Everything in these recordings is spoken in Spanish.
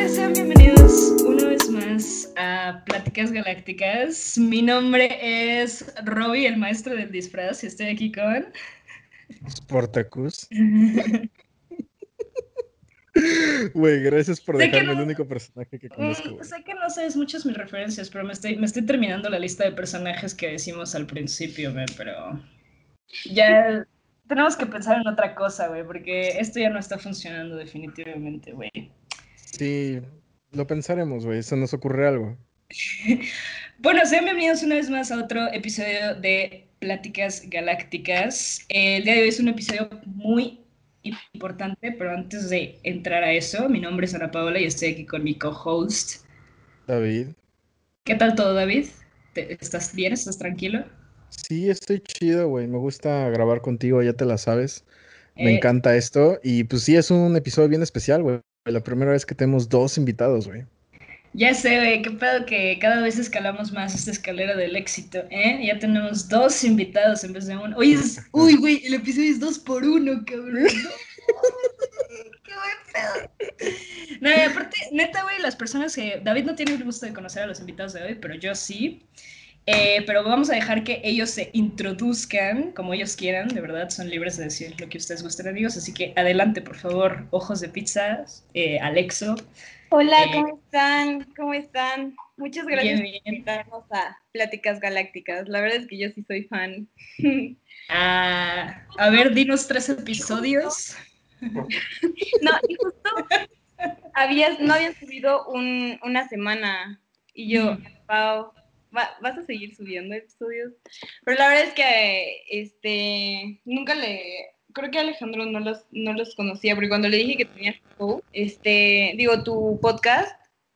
Sean bienvenidos una vez más a Pláticas Galácticas. Mi nombre es Robbie, el maestro del disfraz, y estoy aquí con... Sportacus. Güey, gracias por Sé que dejarme el no, único personaje que conozco, güey. sé que no sabes muchas mis referencias, pero me estoy terminando la lista de personajes que decimos al principio, pero ya tenemos que pensar en otra cosa, güey, porque esto ya no está funcionando definitivamente, güey. Sí, lo pensaremos, güey. Se nos ocurre algo. Bueno, sean bienvenidos una vez más a otro episodio de Pláticas Galácticas. El día de hoy es un episodio muy importante, pero antes de entrar a eso, mi nombre es Ana Paola y estoy aquí con mi co-host. David. ¿Qué tal todo, David? ¿Estás bien? ¿Estás tranquilo? Sí, estoy chido, güey. Me gusta grabar contigo, ya te la sabes. Me Eh, encanta esto. Y pues sí, es un episodio bien especial, güey. La primera vez que tenemos dos invitados, güey. ya sé, güey, qué pedo que cada vez escalamos más esta escalera del éxito, ¿eh? Ya tenemos dos invitados en vez de uno. Uy, güey, el episodio es 2x1, cabrón. No, qué buen pedo. No, y aparte, neta, güey, las personas que... David no tiene el gusto de conocer a los invitados de hoy, pero yo sí. Pero vamos a dejar que ellos se introduzcan como ellos quieran, de verdad, son libres de decir lo que ustedes gusten, amigos. Así que adelante, por favor, ojos de pizza, Alexo. Hola, Eh, ¿cómo están? ¿Cómo están? Muchas gracias bien, por bien. invitarnos a Pláticas Galácticas. La verdad es que yo sí soy fan. A ver, dinos 3 episodios. No, y justo no habían subido una semana y yo, Ujú. Pau, ¿vas a seguir subiendo episodios? Pero la verdad es que nunca creo que Alejandro no los conocía, porque cuando le dije que tenías tu podcast,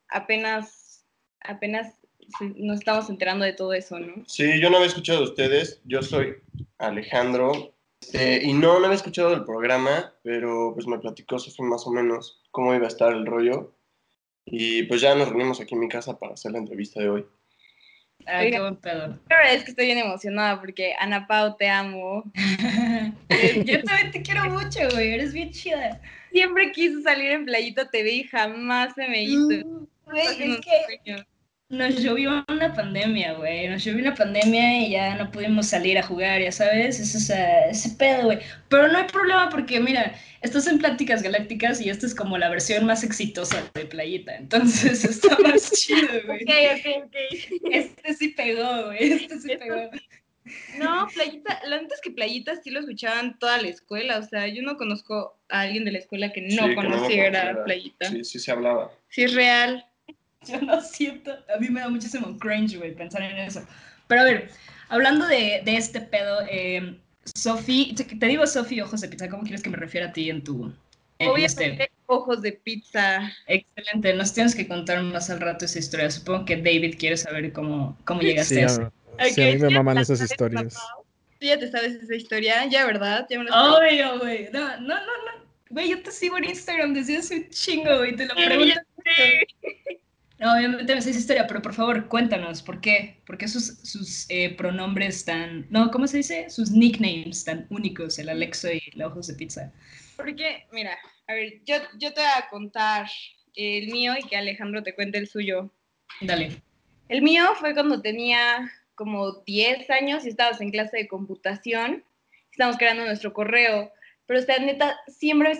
apenas nos estamos enterando de todo eso, ¿no? Sí, yo no había escuchado de ustedes. Yo soy Alejandro. Y no había escuchado del programa, pero pues me platicó Sofía más o menos cómo iba a estar el rollo. Y pues ya nos reunimos aquí en mi casa para hacer la entrevista de hoy. Ah, qué Oigan, buen pedo. la verdad es que estoy bien emocionada porque Ana Pau, te amo. Yo también te quiero mucho, güey, eres bien chida. Siempre quise salir en Playita TV y jamás se me hizo. Güey, Haciendo es un que sueño. nos llovió una pandemia, güey. Nos llovió una pandemia y ya no pudimos salir a jugar, ya sabes. Es ese pedo, güey. Pero no hay problema porque, mira, estás en Pláticas Galácticas y esta es como la versión más exitosa de Playita. Entonces está más chido, Ok, güey. ok. Este sí pegó, güey. Este sí Esto pegó. sí. No, Playita, antes que Playita sí lo escuchaban toda la escuela. O sea, yo no conozco a alguien de la escuela que no Sí, que no lo conociera conociera. Playita. Sí se hablaba. Sí, es real. Yo no siento, a mí me da muchísimo cringe, güey, pensar en eso. Pero a ver, hablando de este pedo, Sofi, te digo Sofi, ojos de pizza, ¿cómo quieres que me refiera a ti en este? Obviamente, ojos de pizza. Excelente, nos tienes que contar más al rato esa historia. Supongo que David quiere saber cómo llegaste Sí, a eso. Ok, sí, a mí ¿tú me ya te maman la esas sabes, Ana historias. Pau? ¿Tú ya te sabes esa historia? Ya, ¿verdad? Ya me lo sabes. Obvio, güey. No, no, no, no. Güey, yo te sigo en Instagram desde hace un chingo, güey. Te lo Ya pregunto mucho. sé. No, obviamente me sé esa historia, pero por favor, cuéntanos, ¿por qué? ¿Por qué sus pronombres tan... No, ¿cómo se dice? Sus nicknames tan únicos, el Alexo y los ojos de pizza. Porque, mira, a ver, yo te voy a contar el mío y que Alejandro te cuente el suyo. Dale. El mío fue cuando tenía como 10 años y estábamos en clase de computación. Estábamos creando nuestro correo. Pero, o sea, neta, siempre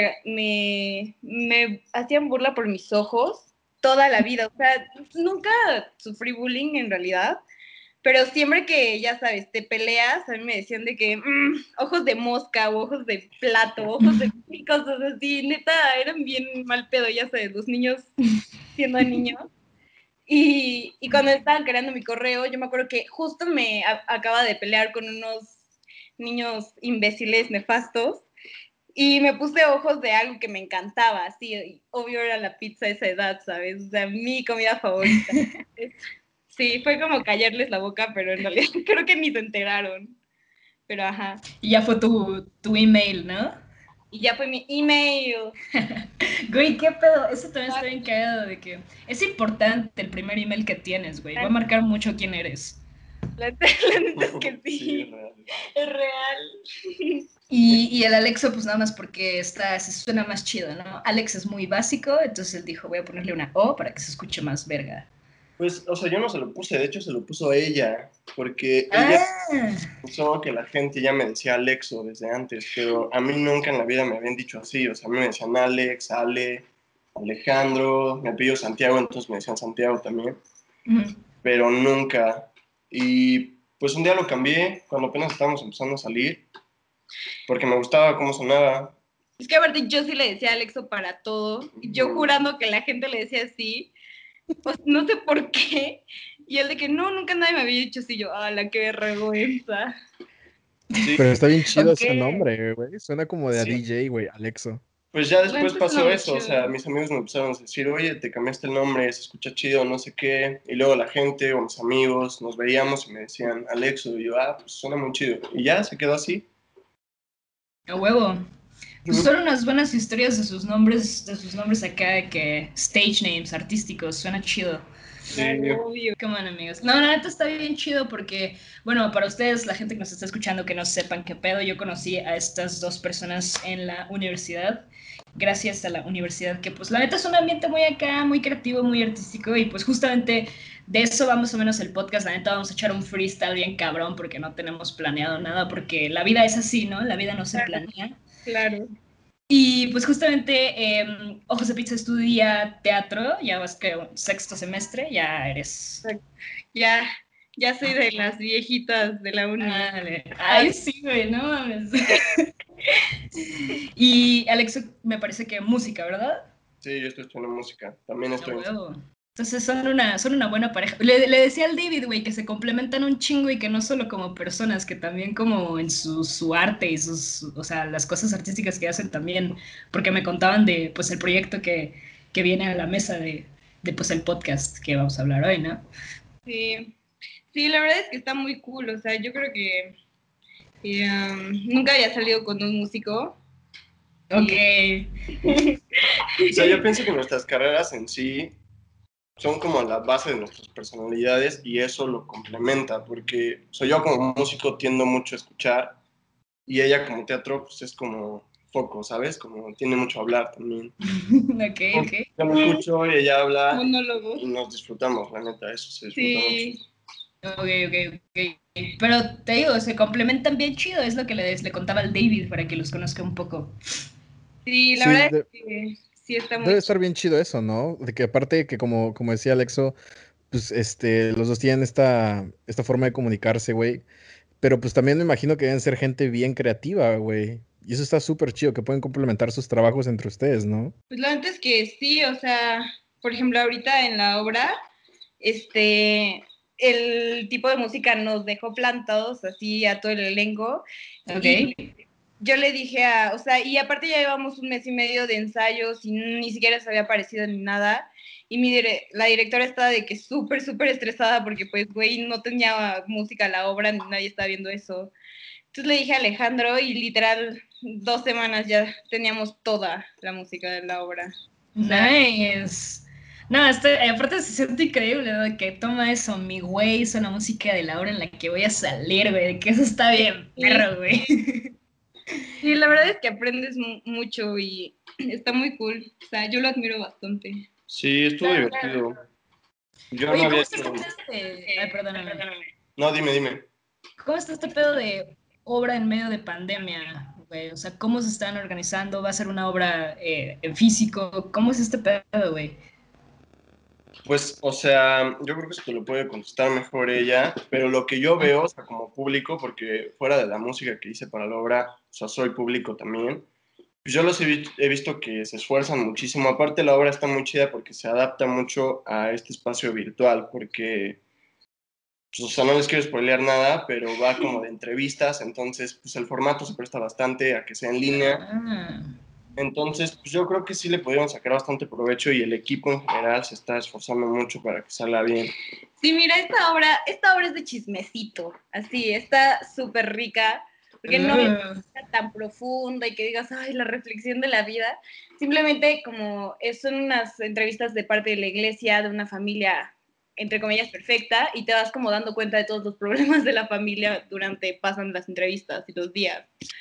me hacían burla por mis ojos toda la vida. O sea, nunca sufrí bullying en realidad. Pero siempre que, ya sabes, te peleas, a mí me decían de que ojos de mosca o ojos de plato, ojos de cosas así. Neta, eran bien mal pedo, ya sabes, los niños siendo niños. Y cuando estaban creando mi correo, yo me acuerdo que justo acaba de pelear con unos niños imbéciles, nefastos, y me puse ojos de algo que me encantaba, así, obvio era la pizza a esa edad, ¿sabes? O sea, mi comida favorita. Sí, fue como callarles la boca, pero en realidad creo que ni se enteraron. Pero ajá. Y ya fue tu email, ¿no? Y ya fue mi email. Güey, ¿qué pedo? Eso también está bien cagado de que... Es importante el primer email que tienes, güey. Va a marcar mucho quién eres. La neta es que Sí, sí. es real. Es real. Y el Alexo, pues nada más porque se suena más chido, ¿no? Alex es muy básico, entonces él dijo, voy a ponerle una O para que se escuche más verga. Pues, o sea, yo no se lo puse, de hecho se lo puso ella, porque ella Ah, pensó que la gente ya me decía Alexo desde antes, pero a mí nunca en la vida me habían dicho así, o sea, a mí me decían Alex, Ale, Alejandro, me apellido Santiago, entonces me decían Santiago también, ujú. pero nunca. Y pues un día lo cambié cuando apenas estábamos empezando a salir, porque me gustaba cómo sonaba. Es que aparte yo sí le decía Alexo para todo, yo jurando que la gente le decía así, o sea, no sé por qué, y él de que no, nunca nadie me había dicho así, yo, la qué vergüenza. Sí, Pero está bien chido Ok. ese nombre, güey. Suena como de a sí. DJ, güey, Alexo. Pues ya La después neta suena pasó muy eso, o sea, chido. mis amigos me empezaron a decir, oye, te cambiaste el nombre, se escucha chido, no sé qué, y luego la gente o mis amigos nos veíamos y me decían Alexo, y yo, pues suena muy chido, y ya se quedó así. A huevo. Pues Ujú. son unas buenas historias de sus nombres acá, de que stage names artísticos, suena chido. Sí, Claro, obvio. Come on, amigos. No, la neta está bien chido porque, bueno, para ustedes, la gente que nos está escuchando, que no sepan qué pedo, yo conocí a estas dos personas en la universidad, gracias a la universidad, que pues la neta es un ambiente muy acá, muy creativo, muy artístico, y pues justamente de eso va más o menos el podcast. La neta vamos a echar un freestyle bien cabrón porque no tenemos planeado nada, porque la vida es así, ¿no? La vida no se planea. Claro. Y pues justamente Ojos de Pizza estudia teatro, ya vas que sexto semestre, ya eres... Ya, ya soy de las viejitas de la uni. Ay, sí, güey, no mames. Y Alex, me parece que música, ¿verdad? sí, yo estoy estudiando música, también A estoy en... huevo. Entonces son una buena pareja. Le decía al David, güey, que se complementan un chingo y que no solo como personas, que también como en su arte y o sea, las cosas artísticas que hacen también, porque me contaban de, pues, el proyecto que viene a la mesa pues, el podcast que vamos a hablar hoy, ¿no? Sí, sí, la verdad es que está muy cool, o sea, yo creo que nunca había salido con un músico. Ok. Y O sea, yo pienso que nuestras carreras en sí son como la base de nuestras personalidades y eso lo complementa, porque soy yo como músico tiendo mucho a escuchar y ella como teatro pues es como foco, ¿sabes? Como tiene mucho a hablar también. Ok, ok. Yo me escucho y ella habla monólogo. y nos disfrutamos, la neta, eso se disfruta mucho. Sí, Ok, ok, ok. Pero te digo, se complementan bien chido, es lo que le contaba al David para que los conozca un poco. sí, la Sí, verdad es que sí está debe muy estar bien chido eso, ¿no? De que aparte que como decía Alexo, pues los dos tienen esta forma de comunicarse, güey. Pero pues también me imagino que deben ser gente bien creativa, güey. Y eso está súper chido, que pueden complementar sus trabajos entre ustedes, ¿no? Pues la verdad es que sí, o sea, por ejemplo, ahorita en la obra, el tipo de música nos dejó plantados así a todo el elenco Ok. y yo le dije o sea, y aparte ya llevamos un mes y medio de ensayos y ni siquiera se había aparecido ni nada. Y la directora estaba de que súper, súper estresada porque pues, güey, no tenía música a la obra, ni nadie estaba viendo eso. Entonces le dije a Alejandro y literal 2 semanas ya teníamos toda la música de la obra. O sea, Nice. No, aparte se siente increíble, ¿no? Que toma eso, mi güey, es una música de la hora en la que voy a salir, güey, que eso está bien, sí, perro, güey. sí, la verdad es que aprendes mucho y está muy cool. O sea, yo lo admiro bastante. Sí, estuvo Claro. divertido. Yo no Oye, había ¿cómo está hecho... este pedo de... Ay, perdóname. No, dime, dime. ¿Cómo está este pedo de obra en medio de pandemia, güey? O sea, ¿cómo se están organizando? ¿Va a ser una obra en físico? ¿Cómo es este pedo, güey? Pues, o sea, yo creo que esto lo puede contestar mejor ella, pero lo que yo veo, o sea, como público, porque fuera de la música que hice para la obra, o sea, soy público también, pues yo he visto que se esfuerzan muchísimo. Aparte, la obra está muy chida porque se adapta mucho a este espacio virtual, porque, pues, o sea, no les quiero spoilear nada, pero va como de entrevistas, entonces, pues el formato se presta bastante a que sea en línea. Ah. Entonces, pues yo creo que sí le pudieron sacar bastante provecho y el equipo en general se está esforzando mucho para que salga bien. Sí, mira, esta obra es de chismecito, así, está súper rica, porque no es tan profunda y que digas, ay, la reflexión de la vida, simplemente como son unas entrevistas de parte de la iglesia, de una familia, entre comillas, perfecta, y te vas como dando cuenta de todos los problemas de la familia pasan las entrevistas y los días.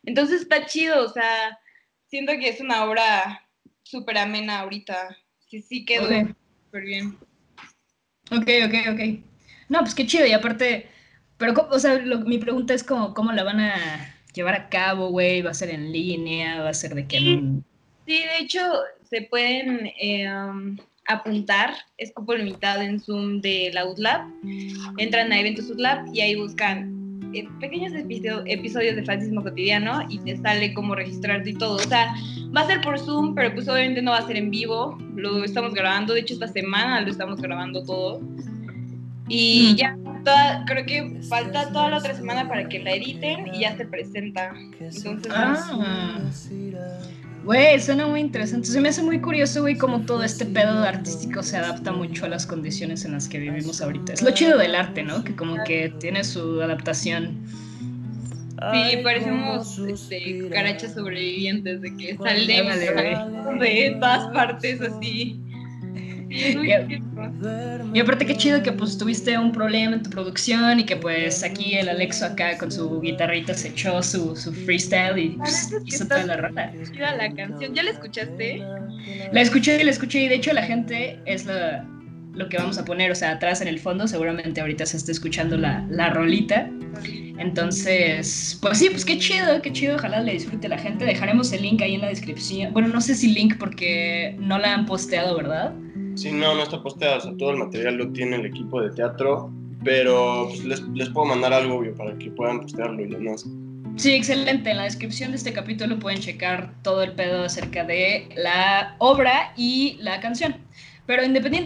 Entonces está chido, o sea, siento que es una obra súper amena ahorita. Sí quedó súper bien. Ok. No, pues qué chido, y aparte, pero, o sea, mi pregunta es cómo la van a llevar a cabo, güey, ¿va a ser en línea? ¿Va a ser de que en un... Sí, de hecho, se pueden apuntar, es cupo limitado en Zoom de la UTLAB. Entran a Eventos UTLAB y ahí buscan pequeños episodios de Fascismo Cotidiano y te sale cómo registrarte y todo. O sea, va a ser por Zoom, pero pues obviamente no va a ser en vivo. Lo estamos grabando, de hecho esta semana lo estamos grabando todo. Y ya, creo que falta toda la otra semana para que la editen y ya se presenta. Entonces, güey, suena muy interesante. Se me hace muy curioso, güey, cómo todo este pedo artístico se adapta mucho a las condiciones en las que vivimos ahorita. Es lo chido del arte, ¿no? Que como que tiene su adaptación. Sí, parecemos carachas sobrevivientes de que salen de todas partes así. Sí, es muy chido. Y aparte qué chido que pues tuviste un problema en tu producción y que pues aquí el Alexo acá con su guitarrita se echó su freestyle y pues, hizo toda la rola. Chida la canción. ¿Ya la escuchaste? La escuché y de hecho la gente es lo que vamos a poner, o sea, atrás en el fondo seguramente ahorita se está escuchando la rolita. Entonces, pues sí, pues qué chido, ojalá le disfrute la gente. Dejaremos el link ahí en la descripción. Bueno, no sé si link porque no la han posteado, ¿verdad? Sí, no está posteado, o sea, todo el material lo tiene el equipo de teatro, pero pues, les puedo mandar algo, obvio, para que puedan postearlo y demás. Sí, excelente. En la descripción de este capítulo pueden checar todo el pedo acerca de la obra y la canción. Pero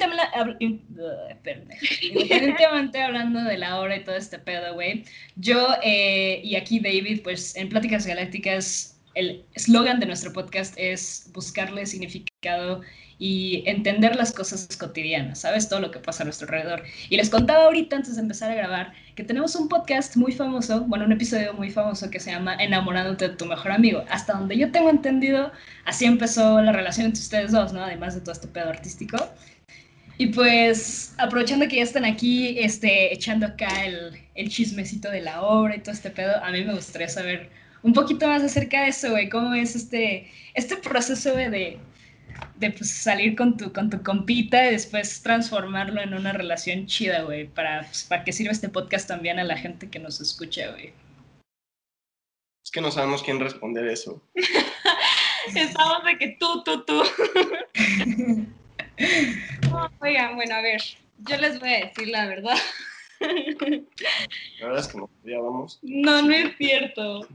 independientemente hablando de la obra y todo este pedo, güey, yo y aquí David, pues en Pláticas Galácticas, el eslogan de nuestro podcast es buscarle significado y entender las cosas cotidianas, ¿sabes? Todo lo que pasa a nuestro alrededor. Y les contaba ahorita, antes de empezar a grabar, que tenemos un podcast muy famoso, bueno, un episodio muy famoso que se llama Enamorándote de tu mejor amigo. Hasta donde yo tengo entendido, así empezó la relación entre ustedes dos, ¿no? Además de todo este pedo artístico. Y pues, aprovechando que ya están aquí, echando acá el chismecito de la obra y todo este pedo, a mí me gustaría saber un poquito más acerca de eso, güey. ¿Cómo es este proceso, güey, de pues, salir con tu compita y después transformarlo en una relación chida, güey? Para que sirva este podcast también a la gente que nos escucha, güey. Es que no sabemos quién responder eso. Estamos de que tú. No, oigan, bueno, a ver, yo les voy a decir la verdad. La verdad es que nos odiábamos. No es cierto.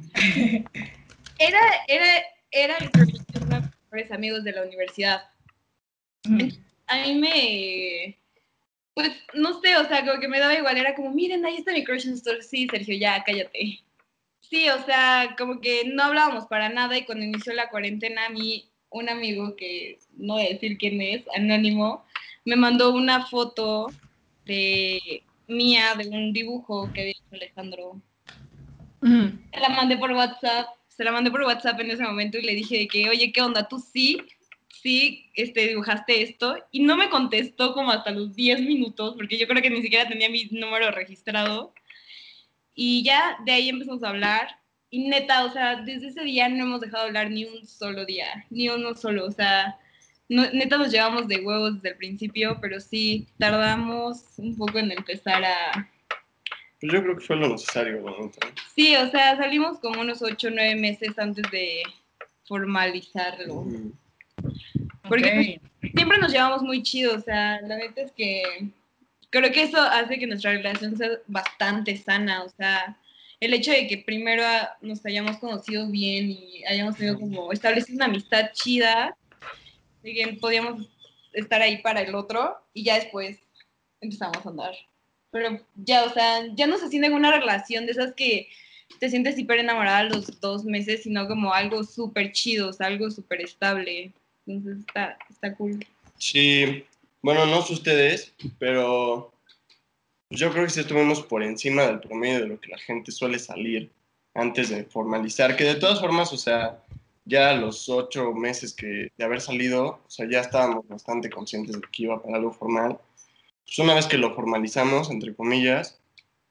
Era el crush de uno de mis mejores amigos de la universidad. A mí pues, no sé, o sea, como que me daba igual, era como, miren, ahí está mi crush en Store. Sí, Sergio, ya, cállate. Sí, o sea, como que no hablábamos para nada y cuando inició la cuarentena, a mí, un amigo que no voy a decir quién es, anónimo, me mandó una foto mía de un dibujo que había hecho Alejandro. Se la mandé por WhatsApp en ese momento y le dije de que, oye, ¿qué onda? ¿Tú sí dibujaste esto? Y no me contestó como hasta los 10 minutos, porque yo creo que ni siquiera tenía mi número registrado. Y ya de ahí empezamos a hablar. Y neta, o sea, desde ese día no hemos dejado de hablar ni un solo día, ni uno solo. O sea, neta nos llevamos de huevos desde el principio, pero sí tardamos un poco en empezar a... Pues yo creo que fue lo necesario, ¿no? Sí, o sea, salimos como unos 8 o 9 meses antes de formalizarlo. Porque siempre nos llevamos muy chido, o sea, la neta es que creo que eso hace que nuestra relación sea bastante sana, o sea, el hecho de que primero nos hayamos conocido bien y hayamos tenido como establecido una amistad chida, de que podíamos estar ahí para el otro y ya después empezamos a andar. Pero ya, o sea, ya no se siente una relación de esas que te sientes hiper enamorada a los 2 meses, sino como algo súper chido, o sea, algo súper estable. Entonces está cool. Sí, bueno, no sé ustedes, pero yo creo que sí estuvimos por encima del promedio de lo que la gente suele salir antes de formalizar, que de todas formas, o sea, ya a los 8 meses de haber salido, o sea, ya estábamos bastante conscientes de que iba para algo formal. Pues una vez que lo formalizamos, entre comillas,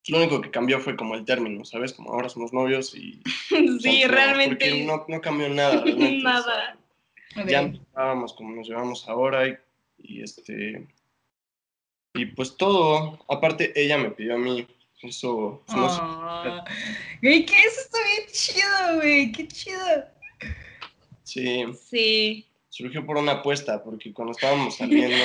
Lo único que cambió fue como el término, ¿sabes? Como ahora somos novios y... Sí, realmente. Porque no cambió nada realmente. Nada. Ya nos llevábamos como nos llevamos ahora y pues todo. Aparte, ella me pidió a mí. Eso no sé. Güey, que eso está bien chido, güey. Qué chido. Sí, Sí. surgió por una apuesta, porque cuando estábamos saliendo,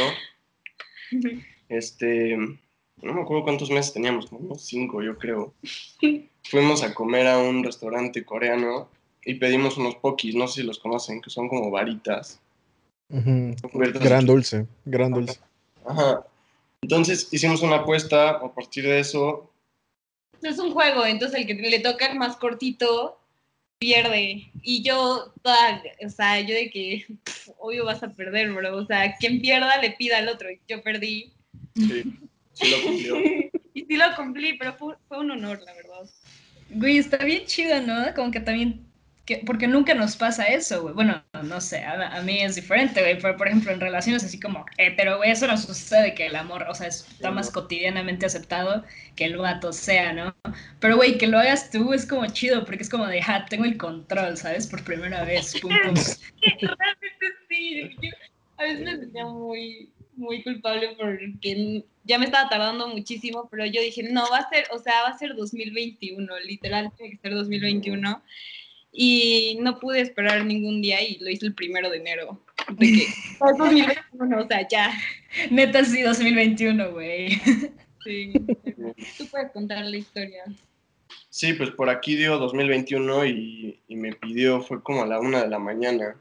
no me acuerdo cuántos meses teníamos, como unos 5, yo creo. Fuimos a comer a un restaurante coreano y pedimos unos pokis, no sé si los conocen, que son como varitas. Cubiertas Gran de dulce, gran dulce. Ajá. Entonces hicimos una apuesta, a partir de eso, Es un juego, entonces el que le toca el más cortito pierde. Y yo, o sea, yo de que, obvio vas a perder, bro. O sea, quien pierda le pida al otro. Yo perdí. sí lo cumplió. Y sí lo cumplí, pero fue un honor, la verdad. Güey, está bien chido, ¿no? Como que también, porque nunca nos pasa eso, güey. Bueno, no sé, a mí es diferente, güey. Por ejemplo, en relaciones así como hetero, güey, eso no sucede que el amor, o sea, está más cotidianamente aceptado que el vato sea, ¿no? Pero, güey, que lo hagas tú es como chido, porque es como de, tengo el control, ¿sabes? Por primera vez, pum, pum. Realmente sí. Yo a veces me sentía muy, muy culpable porque ya me estaba tardando muchísimo, pero yo dije, no, va a ser 2021, literal, tiene que ser 2021. Y no pude esperar ningún día y lo hice el 1 de enero. De que, 2021, o sea, ya. Neta, sí, 2021, güey. Sí. Tú puedes contar la historia. Sí, pues por aquí dio 2021 y me pidió, fue como a la 1 de la mañana.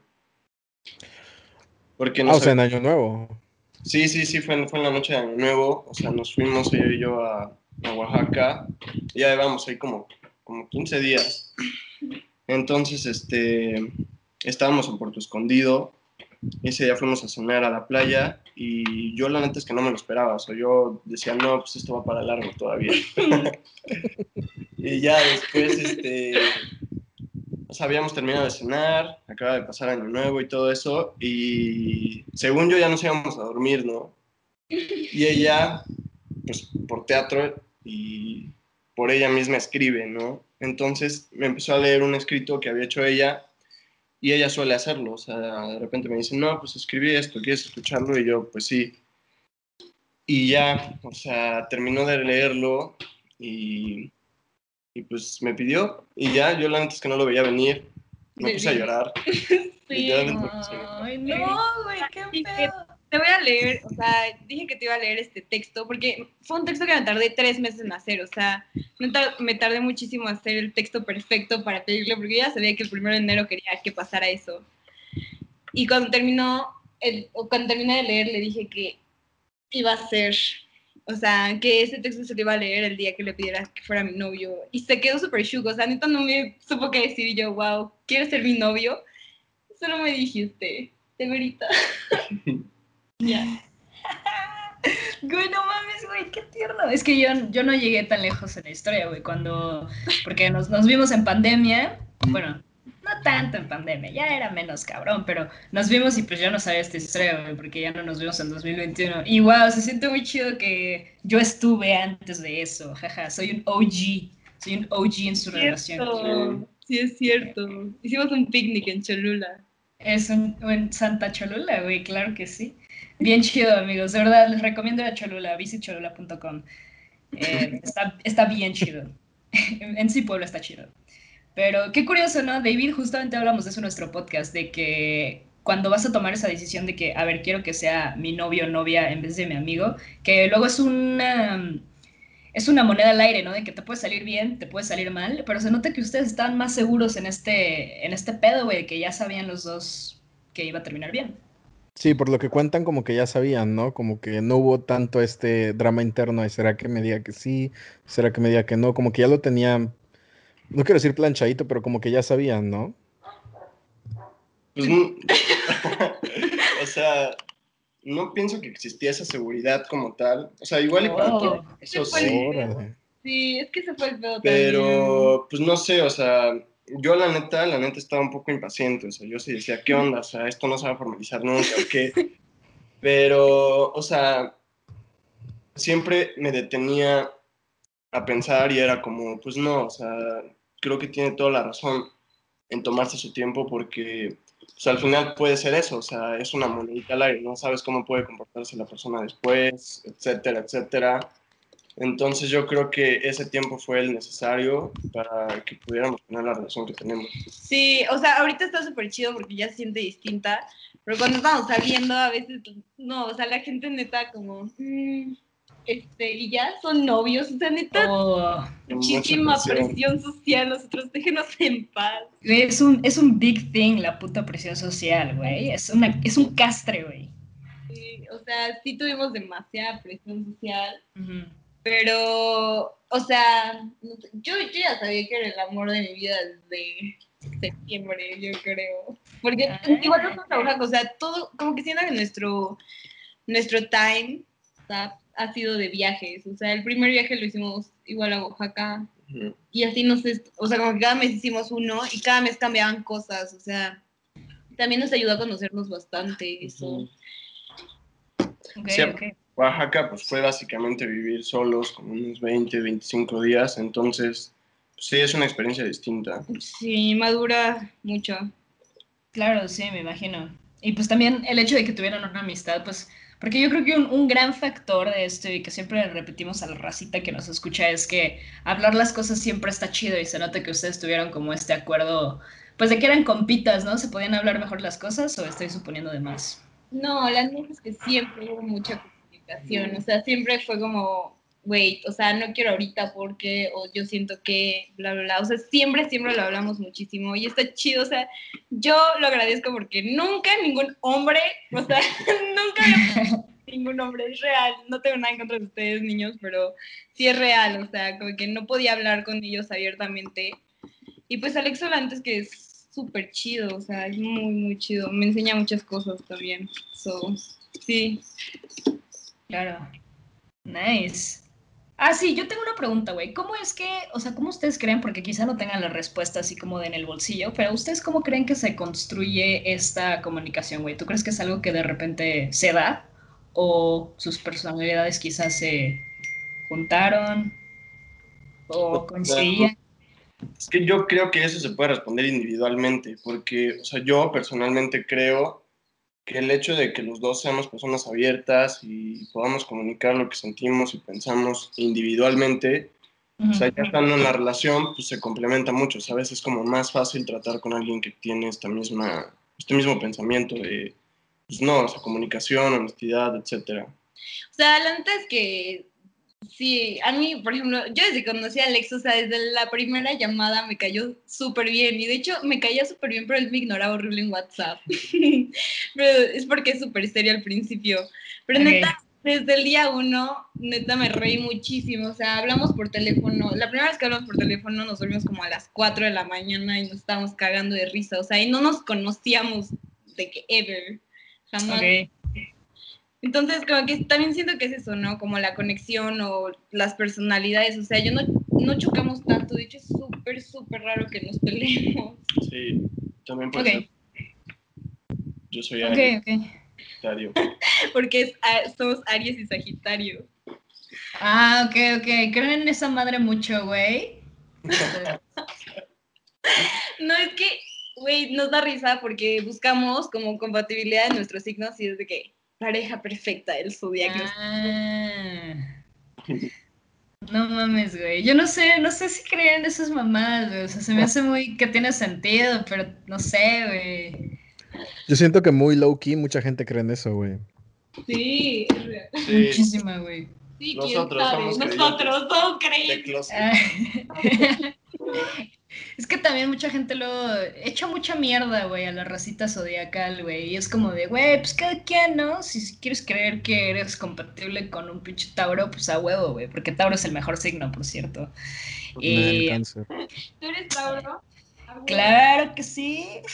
Porque no o sea, sabía. en Año Nuevo. Sí, fue en la noche de Año Nuevo, o sea, nos fuimos ella y yo a Oaxaca, y ya llevamos ahí como 15 días. Entonces, estábamos en Puerto Escondido, y ese día fuimos a cenar a la playa, y yo la neta es que no me lo esperaba, o sea, yo decía, no, pues esto va para largo todavía. Y ya después, o sea, habíamos terminado de cenar, acaba de pasar Año Nuevo y todo eso, y según yo ya nos íbamos a dormir, ¿no? Y ella, pues por teatro y por ella misma escribe, ¿no? Entonces me empezó a leer un escrito que había hecho ella y ella suele hacerlo, o sea, de repente me dice, no, pues escribí esto, ¿quieres escucharlo? Y yo, pues sí. Y ya, o sea, terminó de leerlo y, y pues me pidió y ya, yo la neta es que no lo veía venir, me puse a llorar. Sí. Ay, no, güey, qué pedo. Te voy a leer, o sea, dije que te iba a leer este texto porque fue un texto que me tardé 3 meses en hacer, o sea, me tardé muchísimo en hacer el texto perfecto para pedirlo porque yo ya sabía que el 1 de enero quería que pasara eso. Y cuando cuando terminé de leer le dije que iba a ser, o sea, que ese texto se lo iba a leer el día que le pidiera que fuera mi novio. Y se quedó súper chuco, o sea, neta no me supo qué decir y yo, wow, ¿quieres ser mi novio? Solo me dijiste, segurita. Ya. Güey, no mames, güey, qué tierno. Es que yo no llegué tan lejos en la historia, güey, porque nos vimos en pandemia, bueno, no tanto en pandemia, ya era menos cabrón, pero nos vimos y pues yo no sabía esta historia, güey, porque ya no nos vimos en 2021. Y wow, se siente muy chido que yo estuve antes de eso, jaja, soy un OG en su relación. Sí, es cierto. Hicimos un picnic en Cholula. Es un Santa Cholula, güey, claro que sí. Bien chido, amigos. De verdad, les recomiendo a Cholula, visitcholula.com. Está bien chido. En sí, Puebla está chido. Pero qué curioso, ¿no? David, justamente hablamos de eso en nuestro podcast, de que cuando vas a tomar esa decisión de que, a ver, quiero que sea mi novio o novia en vez de mi amigo, que luego es una moneda al aire, ¿no? De que te puede salir bien, te puede salir mal, pero se nota que ustedes estaban más seguros en este pedo, güey, que ya sabían los dos que iba a terminar bien. Sí, por lo que cuentan, como que ya sabían, ¿no? Como que no hubo tanto este drama interno de será que me diga que sí, será que me diga que no, como que ya lo tenían, no quiero decir planchadito, pero como que ya sabían, ¿no? Pues, o sea, no pienso que existía esa seguridad como tal. O sea, igual y para todo eso sí, Órale. Sí, es que se fue el pedo también. pero pues no sé, o sea, yo la neta estaba un poco impaciente, o sea, yo sí decía, ¿qué onda? O sea, esto no se va a formalizar nunca, ¿o qué? Pero, o sea, siempre me detenía a pensar y era como, pues no, o sea, creo que tiene toda la razón en tomarse su tiempo porque pues, al final puede ser eso, o sea, es una monedita al aire, no sabes cómo puede comportarse la persona después, etcétera, etcétera. Entonces yo creo que ese tiempo fue el necesario para que pudiéramos tener la relación que tenemos. Sí, o sea, ahorita está súper chido porque ya se siente distinta, pero cuando estamos saliendo a veces, no, o sea, la gente neta como, y ya son novios, o sea, neta, Oh, muchísima Mucha presión. presión social, nosotros déjenos en paz. es un big thing la puta presión social, güey. Es un castre, güey. Sí, o sea, sí tuvimos demasiada presión social, Ujú. pero, o sea, yo ya sabía que era el amor de mi vida desde septiembre, yo creo. Porque igual nosotros trabajamos, o sea, todo, como que siento que nuestro time ha sido de viajes. O sea, el primer viaje lo hicimos igual a Oaxaca. Ujú. Y así o sea, como que cada mes hicimos uno y cada mes cambiaban cosas. O sea, también nos ayudó a conocernos bastante eso. Ok, Sí, ok. Oaxaca pues fue básicamente vivir solos como unos 20, 25 días, entonces pues, sí es una experiencia distinta. Sí, madura mucho. Claro, sí, me imagino. Y pues también el hecho de que tuvieran una amistad, pues, porque yo creo que un gran factor de esto y que siempre repetimos a la racita que nos escucha es que hablar las cosas siempre está chido y se nota que ustedes tuvieron como este acuerdo, pues de que eran compitas, ¿no? ¿Se podían hablar mejor las cosas o estoy suponiendo de más? No, la neta es que siempre hubo mucha comunicación, o sea, siempre fue como, wait, o sea, no quiero ahorita porque, o yo siento que, bla, bla, bla, o sea, siempre lo hablamos muchísimo y está chido, o sea, yo lo agradezco porque nunca ningún hombre, o sea, nunca había ningún hombre, es real, no tengo nada en contra de ustedes, niños, pero sí es real, o sea, como que no podía hablar con ellos abiertamente. Y pues Alex Solantes, que es súper chido, o sea, es muy, muy chido. Me enseña muchas cosas también. So, sí. Claro. Nice. Ah, sí, yo tengo una pregunta, güey. ¿Cómo es que, o sea, cómo ustedes creen, porque quizá no tengan la respuesta así como de en el bolsillo, pero ustedes cómo creen que se construye esta comunicación, güey? ¿Tú crees que es algo que de repente se da? ¿O sus personalidades quizás se juntaron o coincidían? Es que yo creo que eso se puede responder individualmente, porque, o sea, yo personalmente creo que el hecho de que los dos seamos personas abiertas y podamos comunicar lo que sentimos y pensamos individualmente, o sea, ya estando en la relación, pues se complementa mucho, ¿sabes? Es como más fácil tratar con alguien que tiene este mismo pensamiento de, pues no, o sea, comunicación, honestidad, etcétera. O sea, la neta es que sí, a mí, por ejemplo, yo desde que conocí a Alex, o sea, desde la primera llamada me cayó súper bien. Y de hecho, me caía súper bien, pero él me ignoraba horrible en WhatsApp. Pero es porque es súper serio al principio. Pero neta, Ok. desde el día uno, neta me reí muchísimo. O sea, hablamos por teléfono. La primera vez que hablamos por teléfono nos dormimos como a las 4 de la mañana y nos estábamos cagando de risa. O sea, y no nos conocíamos de que ever. Jamás. Ok. Entonces, como que también siento que es eso, ¿no? Como la conexión o las personalidades. O sea, yo no chocamos tanto. De hecho, es súper, súper raro que nos peleemos. Sí, también puede ser. Ok. Yo soy Ok, Aries, ok. Sagitario. Porque somos Aries y Sagitario. Ah, ok, ok. Creo en esa madre mucho, güey. No, es que, güey, nos da risa porque buscamos como compatibilidad en nuestros signos y es de que pareja perfecta del zodiaco. Ah. No mames, güey. Yo no sé si creen en esas mamadas, güey. O sea, se me hace muy que tiene sentido, pero no sé, güey. Yo siento que muy low key mucha gente cree en eso, güey. Sí, es real. Sí, Muchísima, güey. Sí, quién nosotros sabe. somos Nosotros somos de creyentes. closet. Ah. Es que también mucha gente lo echa mucha mierda, güey, a la racita zodiacal, güey. Y es como de, güey, pues cada quien, ¿no? Si quieres creer que eres compatible con un pinche Tauro, pues a huevo, güey. Porque Tauro es el mejor signo, por cierto. El Y cáncer. ¿Tú eres Tauro? claro que sí.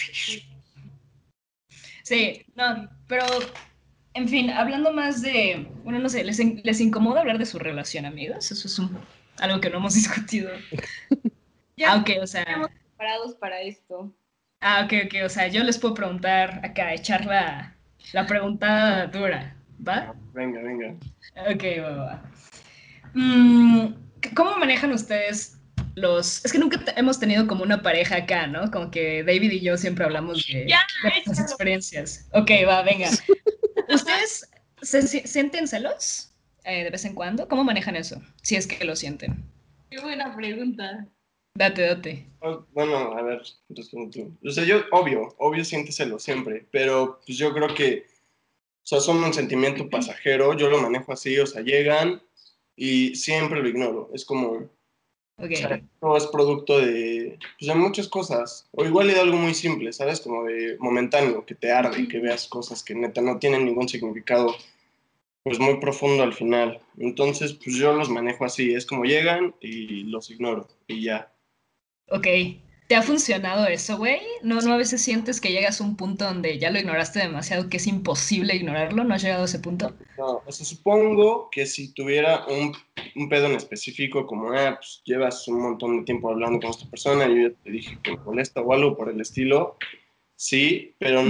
Sí, no, pero en fin, hablando más de, bueno, no sé, ¿les incomoda hablar de su relación, amigos? Eso es algo que no hemos discutido. Ya Ah, ok, o estamos sea, preparados para esto. ok, o sea, yo les puedo preguntar acá, echar la pregunta dura, ¿va? Venga, venga. Ok, va. Mm, ¿Cómo manejan ustedes es que nunca hemos tenido como una pareja acá, ¿no? Como que David y yo siempre hablamos Ya, de nuestras experiencias. Ok, va, venga. ¿Ustedes sienten celos de vez en cuando? ¿Cómo manejan eso? Si es que lo sienten. qué buena pregunta. Date. Bueno, a ver, responde tú. O sea, yo, obvio siénteselo siempre, pero pues yo creo que, o sea, son un sentimiento pasajero, yo lo manejo así, o sea, llegan y siempre lo ignoro. Es como, o Ok. sea, no es producto pues, de muchas cosas, o igual de algo muy simple, ¿sabes? Como de momentáneo, que te arde, que veas cosas que neta no tienen ningún significado, pues muy profundo al final. Entonces, pues yo los manejo así, es como llegan y los ignoro y ya. Ok. ¿Te ha funcionado eso, güey? ¿No a veces sientes que llegas a un punto donde ya lo ignoraste demasiado, que es imposible ignorarlo? ¿No has llegado a ese punto? No, o sea, supongo que si tuviera un pedo en específico, como, pues llevas un montón de tiempo hablando con esta persona y yo ya te dije que me molesta o algo por el estilo, sí, pero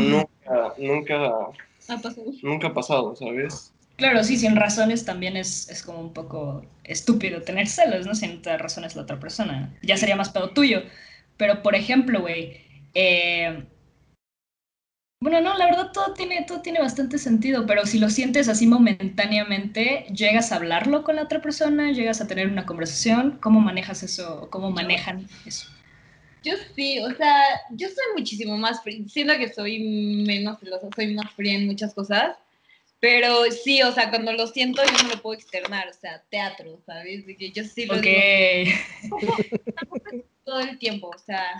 Ha pasado. nunca ha pasado, ¿sabes? Claro, sí, sin razones también es como un poco estúpido tener celos, ¿no? Si no te da razones la otra persona. Ya sería más pedo tuyo. Pero, por ejemplo, güey, eh, bueno, no, la verdad todo tiene bastante sentido, pero si lo sientes así momentáneamente, ¿llegas a hablarlo con la otra persona? ¿Llegas a tener una conversación? ¿Cómo manejas eso? ¿Cómo manejan eso? Yo sí, o sea, yo soy muchísimo más fría, siento que soy menos celosa, soy más fría en muchas cosas, pero sí, o sea, cuando lo siento yo no lo puedo externar, o sea, teatro, ¿sabes? De que yo sí lo Ok. digo todo el tiempo, o sea,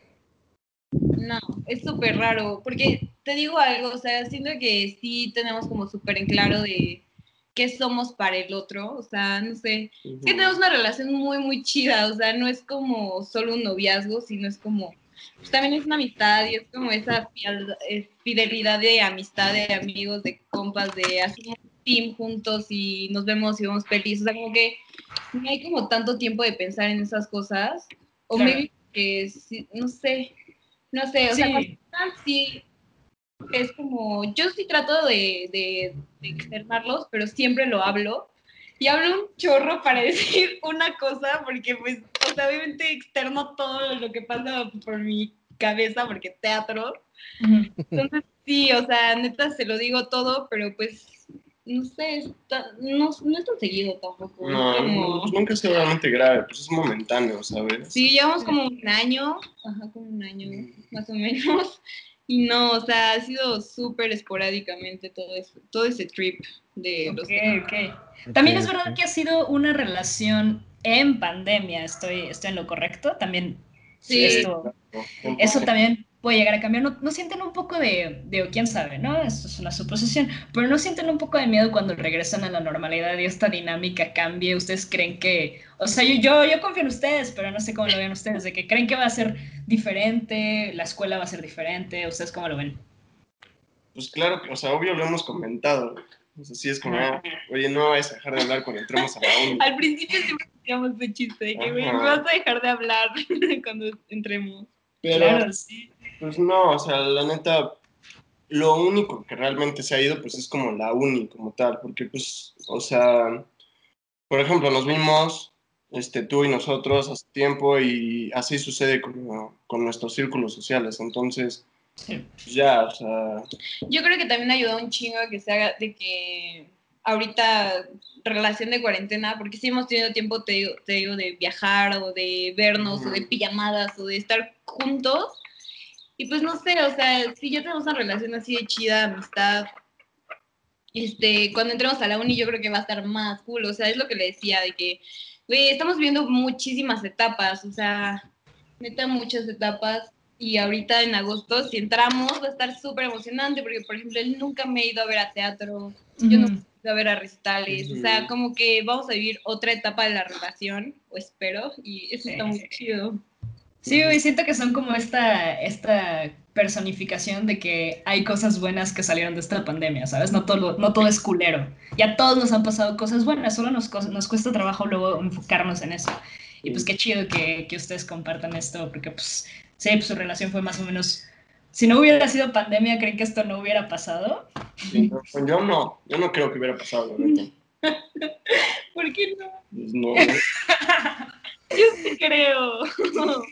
no, es súper raro, porque te digo algo, o sea, siento que sí tenemos como súper en claro de qué somos para el otro, o sea, no sé, es que tenemos una relación muy, muy chida, o sea, no es como solo un noviazgo, sino es como, pues también es una amistad y es como esa fidelidad de amistad, de amigos, de compas, de hacemos un team juntos y nos vemos y vemos pelis, o sea, como que no hay como tanto tiempo de pensar en esas cosas, o Claro. maybe que, sí, no sé. No sé, o sea, cuando Sí. están, sí, es como, yo sí trato de externarlos, pero siempre lo hablo. Y hablo un chorro para decir una cosa, porque pues, o sea, obviamente externo todo lo que pasa por mi cabeza, porque teatro. Ujú. Entonces, sí, o sea, neta se lo digo todo, pero pues, no sé, no es tan seguido tampoco. Es No, como, nunca es realmente grave, pues es momentáneo, ¿sabes? sí, llevamos como un año, ajá, como un año, más o menos. Y no, o sea, ha sido súper esporádicamente todo eso, todo ese trip de Ok, los... ok. Ok, También es verdad ok. que ha sido una relación en pandemia, estoy en lo correcto. También Sí, Sí, esto, claro, eso 100%. también puede llegar a cambiar. ¿No sienten un poco quién sabe, ¿no? Esto es una suposición, pero ¿no sienten un poco de miedo cuando regresan a la normalidad y esta dinámica cambie? ¿Ustedes creen que, o sea, yo confío en ustedes, pero no sé cómo lo ven ustedes, de que creen que va a ser diferente, la escuela va a ser diferente? ¿Ustedes cómo lo ven? Pues claro, o sea, obvio lo hemos comentado. O sea, sí es como, Ajá. oye, no vas a dejar de hablar cuando entremos a la uni. al principio siempre hacíamos ese chiste de que, güey, me Ajá. vas a dejar de hablar cuando entremos. Pero, Claro, sí. pues no, o sea, la neta, lo único que realmente se ha ido, pues es como la uni como tal, porque pues, o sea, por ejemplo, nos vimos, tú y nosotros hace tiempo y así sucede como con nuestros círculos sociales, entonces, Sí. pues ya, o sea, Yo creo que también ayudó un chingo a que se haga de que ahorita relación de cuarentena, porque sí hemos tenido tiempo, te digo, de viajar o de vernos o de pijamadas o de estar juntos. Y pues no sé, o sea, si ya tenemos una relación así de chida, amistad, cuando entremos a la uni yo creo que va a estar más cool, o sea, es lo que le decía, de que, güey, estamos viendo muchísimas etapas, o sea, neta muchas etapas, y ahorita en agosto, si entramos, va a estar súper emocionante, porque, por ejemplo, él nunca me he ido a ver a teatro, yo nunca Ujú. me he ido a ver a recitales, o sea, como que vamos a vivir otra etapa de la relación, o espero, y eso está muy Sí. chido. Sí, güey, siento que son como esta personificación de que hay cosas buenas que salieron de esta pandemia, ¿sabes? No todo es culero. Ya todos nos han pasado cosas buenas, solo nos cuesta trabajo luego enfocarnos en eso. Y pues qué chido que ustedes compartan esto, porque pues sí, pues su relación fue más o menos... Si no hubiera sido pandemia, ¿creen que esto no hubiera pasado? sí, no, pues yo no creo que hubiera pasado, la neta. ¿Por qué no? Pues no. Yo sí creo. O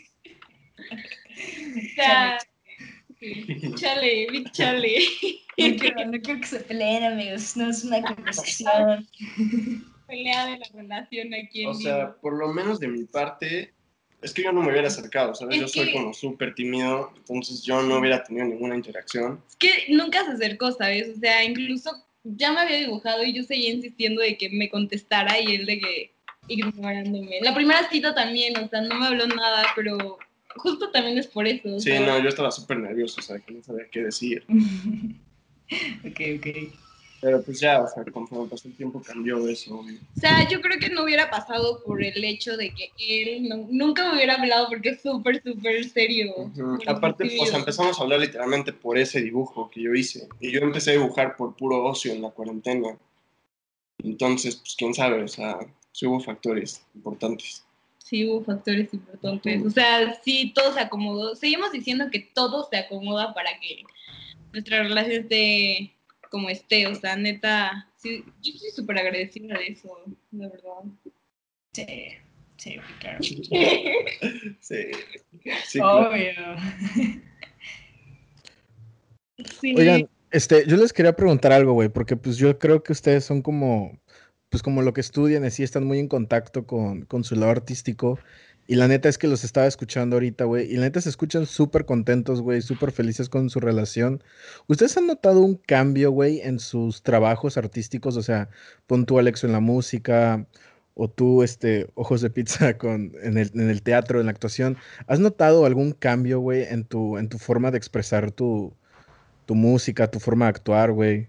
sea, chale, big chale. No quiero que se peleen, amigos. No es una conversación. Pelea de la relación aquí en O sea, vivo. por lo menos de mi parte, es que yo no me hubiera acercado, ¿sabes? Es Yo soy que- como súper tímido, entonces yo no hubiera tenido ninguna interacción. Es que nunca se acercó, ¿sabes? O sea, incluso ya me había dibujado y yo seguía insistiendo de que me contestara y él de que ignorándome. La primera cita también, o sea, no me habló nada, pero justo también es por eso. O Sí, sea, no, yo estaba súper nervioso, o sea, que no sabía qué decir. Ok. Pero pues ya, o sea, conforme pasó el tiempo cambió eso, obvio. O sea, yo creo que no hubiera pasado por el hecho de que él nunca me hubiera hablado porque es súper, súper serio. Ujú. Súper Aparte, o sea, tímido. empezamos a hablar literalmente por ese dibujo que yo hice. Y yo empecé a dibujar por puro ocio en la cuarentena. Entonces, pues quién sabe, o sea, sí hubo factores importantes. Sí, hubo factores importantes. Ujú. O sea, sí, todo se acomodó. Seguimos diciendo que todo se acomoda para que nuestra relación esté como esté. O sea, neta, sí, yo estoy súper agradecida de eso, la verdad. Sí, claro. Sí, sí, claro. Obvio. Sí. Oigan, yo les quería preguntar algo, güey, porque pues yo creo que ustedes son como, pues como lo que estudian, así están muy en contacto con su lado artístico. Y la neta es que los estaba escuchando ahorita, güey. Y la neta se escuchan súper contentos, güey, súper felices con su relación. ¿Ustedes han notado un cambio, güey, en sus trabajos artísticos? O sea, pon tú, Alexo, en la música, o tú, Ojos de Pizza en el teatro, en la actuación. ¿Has notado algún cambio, güey, en tu forma de expresar tu música, tu forma de actuar, güey?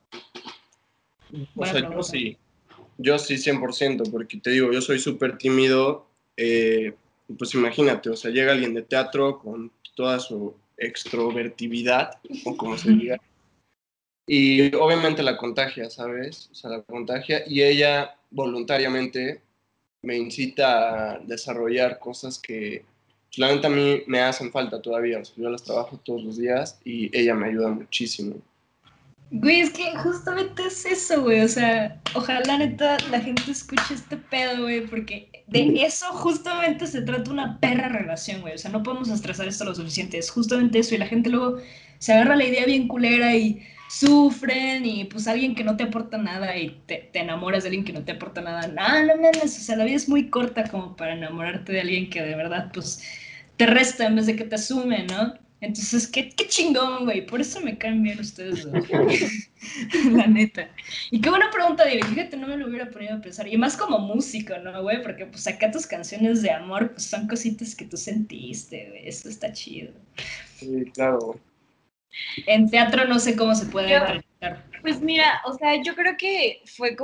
O Buena sea, pregunta. yo sí 100%, porque te digo, yo soy súper tímido, pues imagínate, o sea, llega alguien de teatro con toda su extrovertividad, o como se diga, y obviamente la contagia, ¿sabes? O sea, la contagia, y ella voluntariamente me incita a desarrollar cosas que, pues, la neta, a mí me hacen falta todavía, o sea, yo las trabajo todos los días y ella me ayuda muchísimo. Güey, es que justamente es eso, güey. O sea, ojalá neta la gente escuche este pedo, güey, porque de eso justamente se trata una perra relación, güey. O sea, no podemos estresar esto lo suficiente. Es justamente eso. Y la gente luego se agarra la idea bien culera y sufren. Y pues alguien que no te aporta nada y te enamoras de alguien que no te aporta nada. No mames. O sea, la vida es muy corta como para enamorarte de alguien que de verdad, pues, te resta en vez de que te asume, ¿no? Entonces, qué chingón, güey. Por eso me caen bien ustedes dos. La neta. Y qué buena pregunta, David. Fíjate, no me lo hubiera podido a pensar. Y más como músico, ¿no, güey? Porque pues acá tus canciones de amor pues son cositas que tú sentiste, güey. Eso está chido. Sí, claro. En teatro no sé cómo se puede Yo, interpretar. pues mira, o sea, yo creo que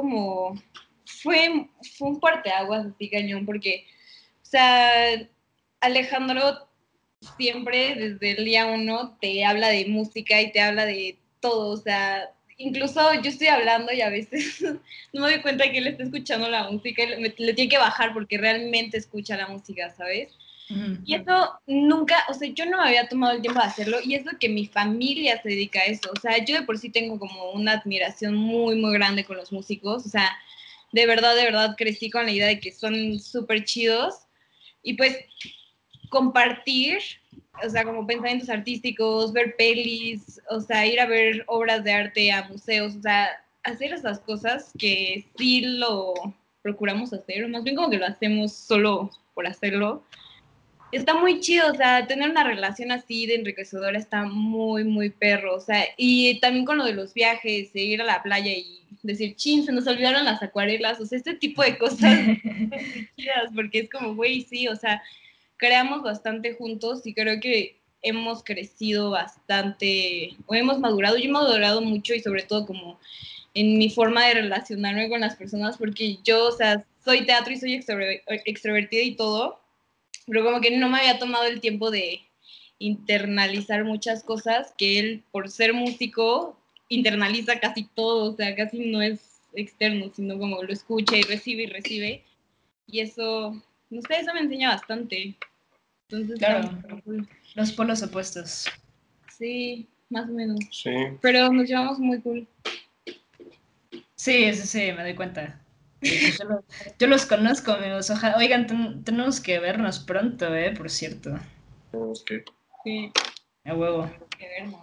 fue un parteaguas así cañón, porque, o sea, Alejandro siempre desde el día uno te habla de música y te habla de todo, o sea, incluso yo estoy hablando y a veces no me doy cuenta que él está escuchando la música y le tiene que bajar porque realmente escucha la música, ¿sabes? Y eso nunca, o sea, yo no me había tomado el tiempo de hacerlo y es lo que mi familia se dedica a eso. O sea, yo de por sí tengo como una admiración muy, muy grande con los músicos. O sea, de verdad crecí con la idea de que son súper chidos. Y pues compartir, o sea, como pensamientos artísticos, ver pelis, o sea, ir a ver obras de arte a museos, o sea, hacer esas cosas que sí lo procuramos hacer, o más bien como que lo hacemos solo por hacerlo. Está muy chido, o sea, tener una relación así de enriquecedora está muy, muy perro, o sea, y también con lo de los viajes, de ir a la playa y decir, chin, se nos olvidaron las acuarelas, o sea, este tipo de cosas son muy chidas, porque es como, güey, sí, o sea, creamos bastante juntos y creo que hemos crecido bastante, o hemos madurado, yo he madurado mucho y sobre todo como en mi forma de relacionarme con las personas, porque yo, o sea, soy teatro y soy extrovertida y todo, pero como que no me había tomado el tiempo de internalizar muchas cosas que él, por ser músico, internaliza casi todo, o sea, casi no es externo, sino como lo escucha y recibe, y eso, no sé, eso me enseña bastante. Entonces Claro, está muy cool. los polos opuestos. Sí, más o menos. Sí. Pero nos llevamos muy cool. Sí, sí, sí, me doy cuenta. Y pues yo los conozco, amigos. Oigan, tenemos que vernos pronto, por cierto. Tenemos que... Sí, A huevo. que ver, ¿no?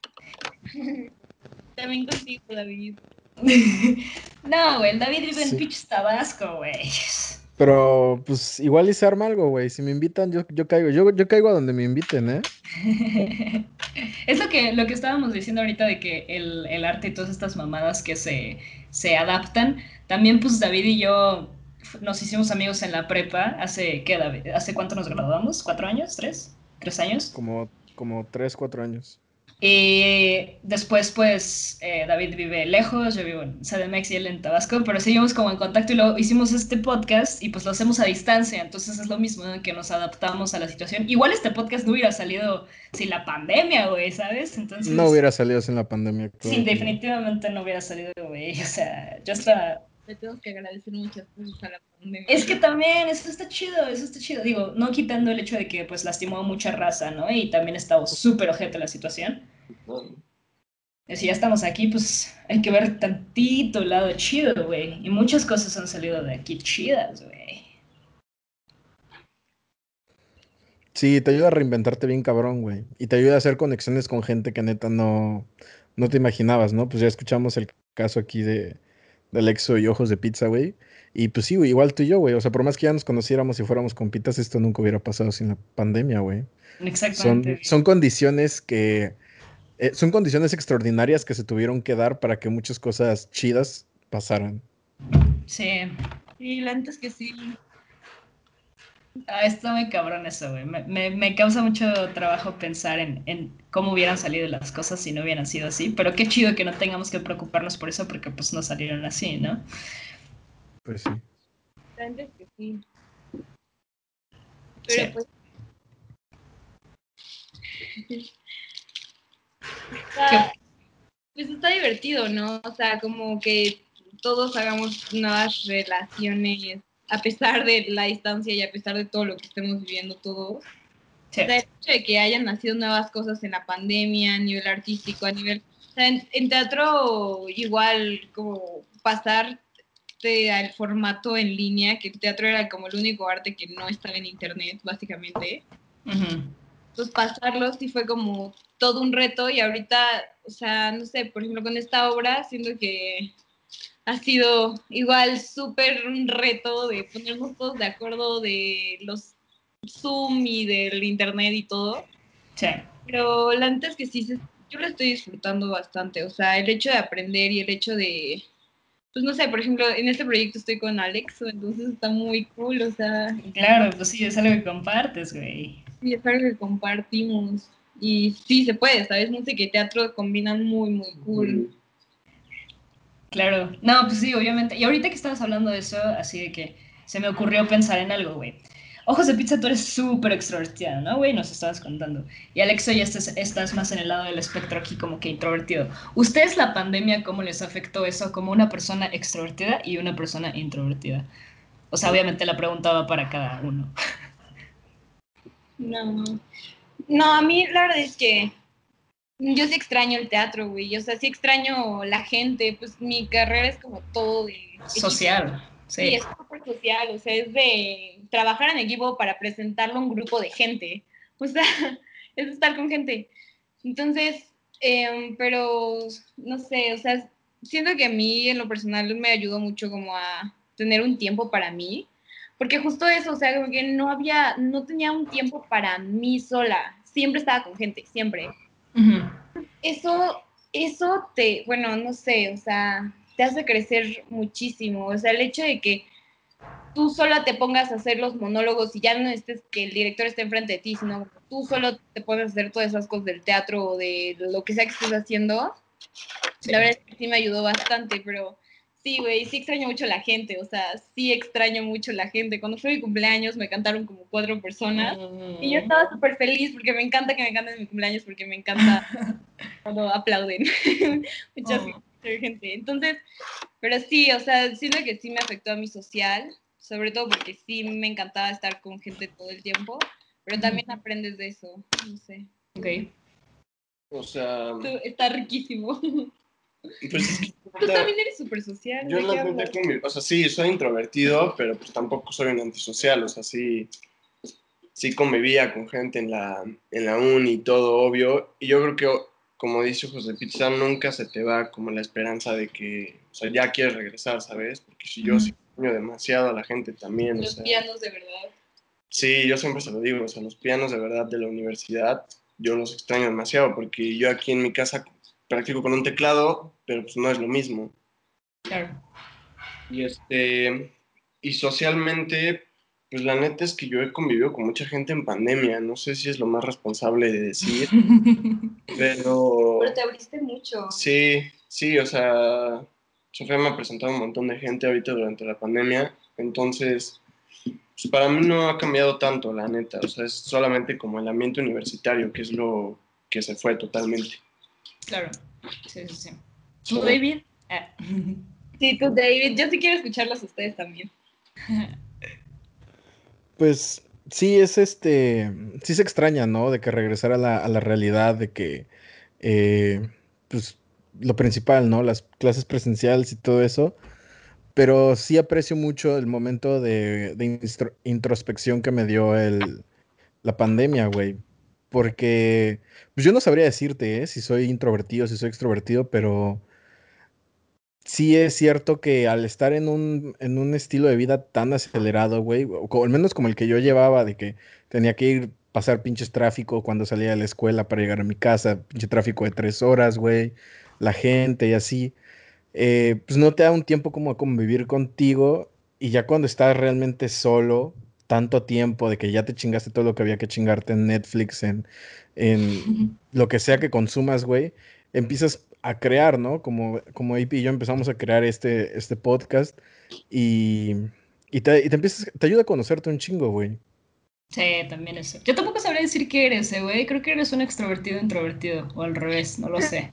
También contigo, David. No, güey, el David vive en Sí. pinches Tabasco, güey. Pero, pues, igual y se arma algo, güey. Si me invitan, yo caigo. Yo caigo a donde me inviten, ¿eh? Es lo que estábamos diciendo ahorita de que el arte y todas estas mamadas que se adaptan. También, pues, David y yo nos hicimos amigos en la prepa. ¿Qué, David? ¿Hace cuánto nos graduamos? ¿4 años? ¿Tres? ¿3 años? Como 3, 4 años. Y después, pues, David vive lejos, yo vivo en CDMX y él en Tabasco, pero seguimos como en contacto y luego hicimos este podcast y pues lo hacemos a distancia, entonces es lo mismo, ¿no? Que nos adaptamos a la situación. Igual este podcast no hubiera salido sin la pandemia, güey, ¿sabes? No Entonces, hubiera salido sin la pandemia, sí, claro que no. definitivamente no hubiera salido, güey, o sea, yo estaba... Le tengo que agradecer muchas cosas a la pandemia. Es que también, eso está chido, digo, no quitando el hecho de que pues lastimó a mucha raza, ¿no? Y también estaba súper ojete la situación. No, Si ya estamos aquí, pues hay que ver tantito el lado chido, güey. Y muchas cosas han salido de aquí chidas, güey. Sí, te ayuda a reinventarte bien cabrón, güey. Y te ayuda a hacer conexiones con gente que neta no te imaginabas, ¿no? Pues ya escuchamos el caso aquí del Exo y Ojos de Pizza, güey. Y pues sí, güey, igual tú y yo, güey. O sea, por más que ya nos conociéramos y fuéramos compitas, esto nunca hubiera pasado sin la pandemia, güey. Exactamente, Son, güey. son condiciones son condiciones extraordinarias que se tuvieron que dar para que muchas cosas chidas pasaran. Sí. Sí, la neta es que sí. Está muy cabrón eso, güey. Me causa mucho trabajo pensar en cómo hubieran salido las cosas si no hubieran sido así. Pero qué chido que no tengamos que preocuparnos por eso porque pues no salieron así, ¿no? Pues sí. La neta es que sí. Sí. Pero pues está, ¿Qué- pues está divertido, ¿no? O sea, como que todos hagamos nuevas relaciones a pesar de la distancia y a pesar de todo lo que estemos viviendo todos. Sí. O sea, el hecho de que hayan nacido nuevas cosas en la pandemia, a nivel artístico, a nivel... O sea, en teatro igual como pasar al formato en línea, que el teatro era como el único arte que no estaba en internet, básicamente. Ujú. Pues pasarlo sí fue como todo un reto y ahorita, o sea, no sé, por ejemplo, con esta obra siento que ha sido igual súper un reto de ponernos todos de acuerdo de los Zoom y del internet y todo. Sí. Pero la neta es que sí, yo lo estoy disfrutando bastante. O sea, el hecho de aprender y el hecho de, pues no sé, por ejemplo, en este proyecto estoy con Alex, entonces está muy cool. O sea, Claro, pues sí, es algo que compartes, güey. sí, es algo que compartimos. Y sí, se puede, ¿sabes? Música y teatro combinan muy, muy cool. Claro, no, pues sí, obviamente. Y ahorita que estabas hablando de eso, así de que se me ocurrió pensar en algo, güey. Ojos de Pizza, tú eres súper extrovertida, ¿no, güey? Nos estabas contando. Y Alexo, ya estás más en el lado del espectro aquí, como que introvertido. ¿Ustedes la pandemia, cómo les afectó eso como una persona extrovertida y una persona introvertida? O sea, obviamente la pregunta va para cada uno. No, no, a mí la verdad es que yo sí extraño el teatro, güey. O sea, sí extraño la gente. Pues mi carrera es como todo de equipo. Social, Sí, sí. es súper social, o sea, es de trabajar en equipo para presentarlo a un grupo de gente. O sea, es estar con gente. Entonces, pero no sé, o sea, siento que a mí en lo personal me ayudó mucho como a tener un tiempo para mí, porque justo eso, o sea, como que no tenía un tiempo para mí sola, siempre estaba con gente, siempre. Ujú. Eso, bueno, no sé, o sea, te hace crecer muchísimo, o sea, el hecho de que tú sola te pongas a hacer los monólogos y ya no estés que el director esté enfrente de ti, sino tú solo te pones a hacer todas esas cosas del teatro o de lo que sea que estés haciendo. Sí. La verdad es que sí me ayudó bastante, pero sí, güey, sí extraño mucho a la gente, o sea, sí extraño mucho a la gente. Cuando fue mi cumpleaños me cantaron como 4 personas y yo estaba súper feliz porque me encanta que me canten mi cumpleaños, porque me encanta cuando aplauden. Mucha gente. Entonces, pero sí, o sea, siento que sí me afectó a mi social, sobre todo porque sí me encantaba estar con gente todo el tiempo, pero también aprendes de eso, no sé. Ok. o sea, Está riquísimo. pues es que Tú también eres súper social. Yo la neta o sea, sí, soy introvertido, pero pues tampoco soy un antisocial, o sea, sí convivía con gente en la uni y todo, obvio, y yo creo que, como dice José Pizza, nunca se te va como la esperanza de que, o sea, ya quieres regresar, ¿sabes? Porque si yo sí extraño demasiado a la gente también, Los pianos de verdad. Sí, yo siempre se lo digo, o sea, los pianos de verdad de la universidad, yo los extraño demasiado, porque yo aquí en mi casa practico con un teclado, pero pues no es lo mismo. Claro. Y socialmente, pues la neta es que yo he convivido con mucha gente en pandemia, no sé si es lo más responsable de decir, pero... Pero te abriste mucho. Sí, o sea, Sofía me ha presentado un montón de gente ahorita durante la pandemia, entonces, pues para mí no ha cambiado tanto, la neta, o sea, es solamente como el ambiente universitario, que es lo que se fue totalmente. Claro, sí. ¿Tú, David? Sí, tú, David. Yo sí quiero escucharlos a ustedes también. Pues sí, sí se extraña, ¿no? De que regresar a la realidad, de que, pues, lo principal, ¿no? Las clases presenciales y todo eso. Pero sí aprecio mucho el momento de introspección que me dio la pandemia, güey. Porque, pues yo no sabría decirte, Si soy introvertido, si soy extrovertido, pero sí es cierto que al estar en un estilo de vida tan acelerado, güey, o al menos como el que yo llevaba, de que tenía que ir, pasar pinches tráfico cuando salía de la escuela para llegar a mi casa, pinche tráfico de 3 horas, güey, la gente y así, pues no te da un tiempo como a convivir contigo y ya cuando estás realmente solo, tanto tiempo de que ya te chingaste todo lo que había que chingarte en Netflix, en lo que sea que consumas, güey, empiezas a crear, ¿no? Como AP y yo empezamos a crear este podcast y, y te empiezas, te ayuda a conocerte un chingo, güey. Sí, también eso. Yo tampoco sabría decir qué eres, güey. Creo que eres un extrovertido introvertido, o al revés, no lo sé.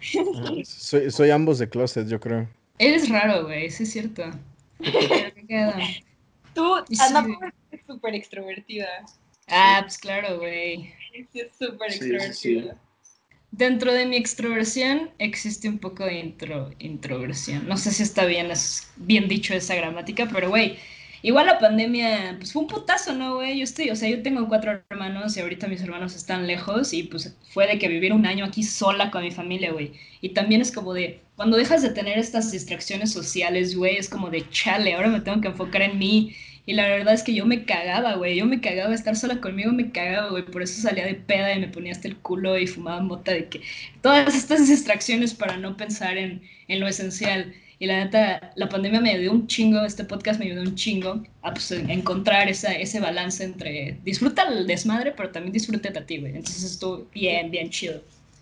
Soy ambos de closet, yo creo. Eres raro, güey, sí es cierto. Pero qué queda. Tú, Ana Sí. Paula, es súper extrovertida. Pues claro, güey. Sí, es súper Sí. extrovertida. Dentro de mi extroversión existe un poco de introversión. No sé si está bien, es bien dicho esa gramática, pero güey, igual la pandemia, pues fue un putazo, ¿no, güey? Yo tengo 4 hermanos y ahorita mis hermanos están lejos y pues fue de que vivir un año aquí sola con mi familia, güey. Y también es como de, cuando dejas de tener estas distracciones sociales, güey, es como de, chale, ahora me tengo que enfocar en mí. Y la verdad es que yo me cagaba, güey. Yo me cagaba estar sola conmigo, me cagaba, güey. Por eso salía de peda y me ponía hasta el culo y fumaba mota de que todas estas distracciones para no pensar en lo esencial. Y la neta, la pandemia me ayudó un chingo, este podcast me ayudó un chingo a pues, encontrar ese balance entre disfruta el desmadre, pero también disfruta a ti, güey. Entonces estuvo bien chido.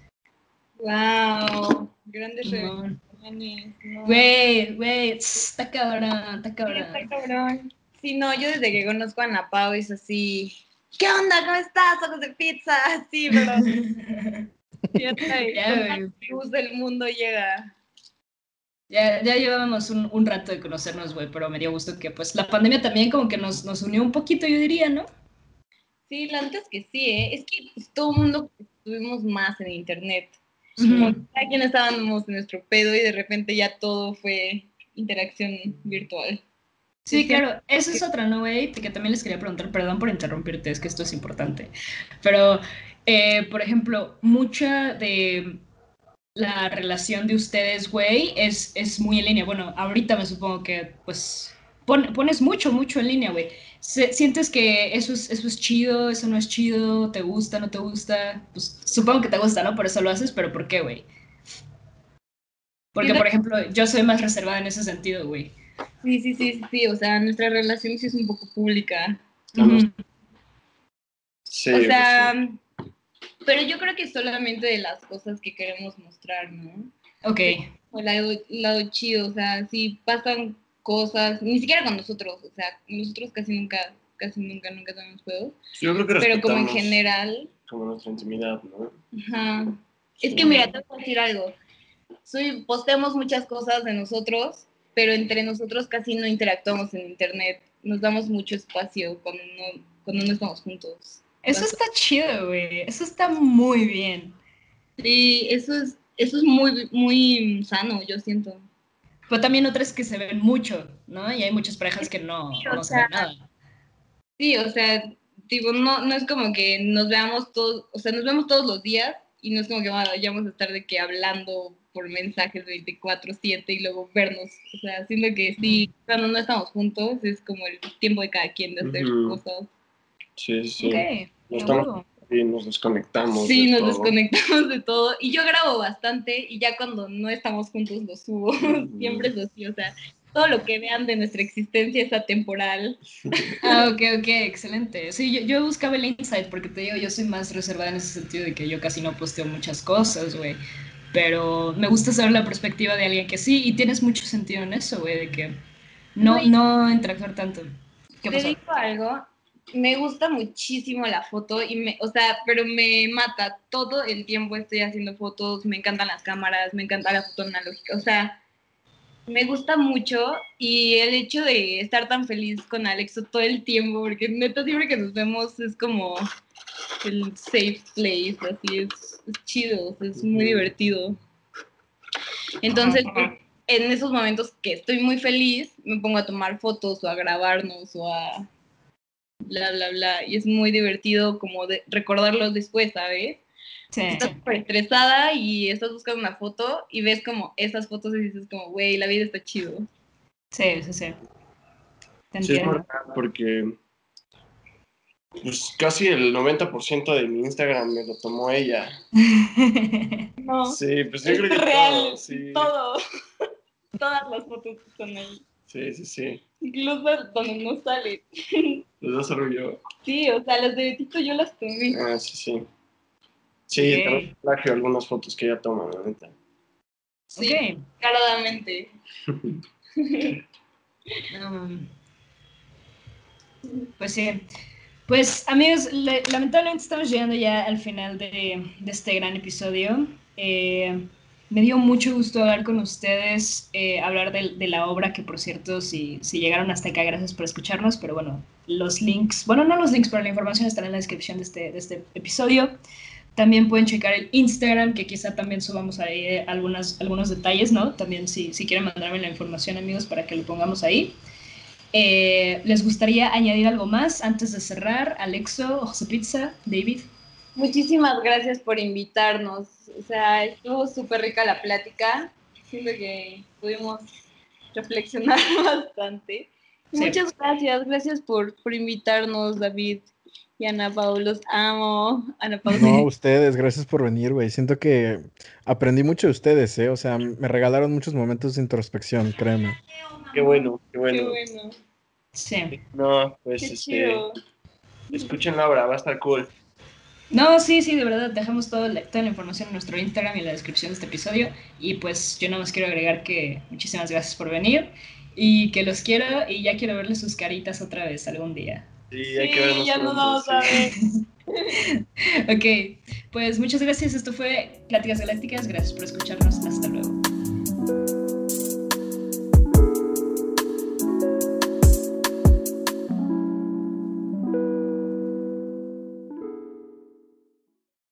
Wow, grandes No. revelaciones. No. Güey, está cabrón, está Sí, cabrón. está cabrón. Sí, no, yo desde que conozco a Ana Pau es así. ¿Qué onda? ¿Cómo estás? Ojos de pizza. Sí, bro. Ya sabes, Ya, con güey. la luz del mundo llega. Ya llevábamos un rato de conocernos, güey, pero me dio gusto que pues la pandemia también como que nos unió un poquito, yo diría, ¿no? Sí, la neta es que sí, ¿eh? Es que pues, todo el mundo estuvimos más en internet. Como Ujú. que cada quien estábamos en nuestro pedo y de repente ya todo fue interacción virtual. Sí, claro, eso es otra, ¿no, güey? Que también les quería preguntar, perdón por interrumpirte, es que esto es importante. Pero, por ejemplo, mucha de la relación de ustedes, güey, es muy en línea. Bueno, ahorita me supongo que, pues, pones mucho en línea, güey. ¿Sientes que eso es chido, eso no es chido, te gusta, no te gusta? Pues supongo que te gusta, ¿no? Por eso lo haces, pero ¿por qué, güey? Porque, Siento por ejemplo, yo soy más reservada en ese sentido, güey. sí, o sea, nuestra relación sí es un poco pública. Ujú. Sí, O pues, sea, pero yo creo que solamente de las cosas que queremos mostrar, ¿no? Ok. O el lado chido, o sea, si pasan cosas, ni siquiera con nosotros, o sea, nosotros nunca tenemos juegos, yo creo que pero como en respetamos general, como nuestra intimidad, ¿no? ajá. Es que Sí. mira, te voy a decir algo, posteamos muchas cosas de nosotros, pero entre nosotros casi no interactuamos en internet, nos damos mucho espacio cuando no estamos juntos. Eso está chido, güey. Eso está muy bien. Sí, eso es muy, muy sano, yo siento. Pero también otras que se ven mucho, ¿no? Y hay muchas parejas que no se ven nada. Sí, o sea, tipo, no es como que nos veamos todos, o sea, nos vemos todos los días y no es como que vayamos a estar de que hablando por mensajes 24/7 y luego vernos. O sea, siento que sí, cuando no estamos juntos es como el tiempo de cada quien de hacer cosas. Sí, sí. Ok, No estamos y nos desconectamos. Sí, de nos todo. desconectamos de todo. Y yo grabo bastante y ya cuando no estamos juntos lo subo. Siempre es así, o sea, todo lo que vean de nuestra existencia es atemporal. Ok, excelente. Sí, yo buscaba el insight porque te digo, yo soy más reservada en ese sentido de que yo casi no posteo muchas cosas, güey. Pero me gusta saber la perspectiva de alguien que sí, y tienes mucho sentido en eso, güey, de que no interactuar tanto. ¿Qué Te pasó? digo algo, me gusta muchísimo la foto o sea, pero me mata. Todo el tiempo estoy haciendo fotos, me encantan las cámaras, me encanta la foto analógica, o sea, me gusta mucho y el hecho de estar tan feliz con Alexo todo el tiempo, porque neta siempre que nos vemos es como el safe place, así es chido, es muy divertido. Entonces, en esos momentos que estoy muy feliz, me pongo a tomar fotos o a grabarnos o a bla, bla, bla, y es muy divertido como de recordarlos después, ¿sabes? Sí. Estás súper estresada y estás buscando una foto y ves como esas fotos y dices como, güey, la vida está chido. Sí. Te Sí, es entiendo. muy raro porque pues, casi el 90% de mi Instagram me lo tomó ella. No, Sí, pues yo es creo que real, todo, sí. todo. Todas las fotos están ahí. Sí. Incluso donde no sale. Los dos solo yo. Sí, o sea, las de Betito yo las tomé. Ah, sí. Sí, también plagio algunas fotos que ella toma, la neta. Sí, caradamente. Pues sí. Pues amigos, lamentablemente estamos llegando ya al final de este gran episodio. Me dio mucho gusto hablar con ustedes, hablar de la obra, que por cierto, si llegaron hasta acá, gracias por escucharnos, pero bueno, los links, bueno, no los links, pero la información estará en la descripción de este episodio. También pueden checar el Instagram, que quizá también subamos ahí algunos detalles, ¿no? También si quieren mandarme la información, amigos, para que lo pongamos ahí. ¿Les gustaría añadir algo más antes de cerrar? Alexo, José Pizza, David. Muchísimas gracias por invitarnos. O sea, estuvo súper rica la plática. Siento que pudimos reflexionar bastante. Sí. Muchas gracias por invitarnos, David y Ana Pau. Los amo. Ana Pau. No, ustedes, gracias por venir, güey. Siento que aprendí mucho de ustedes, ¿eh? O sea, me regalaron muchos momentos de introspección, créeme. Qué bueno. Qué bueno. Sí. No, pues Qué chido. escuchen la obra, va a estar cool. No, sí, de verdad, dejamos toda la información en nuestro Instagram y en la descripción de este episodio. Y pues yo nada más quiero agregar que muchísimas gracias por venir y que los quiero y ya quiero verles sus caritas otra vez algún día. Sí, hay que vernos ya nos pronto, vamos a ver. Ok, pues muchas gracias. Esto fue Pláticas Galácticas. Gracias por escucharnos. Hasta luego.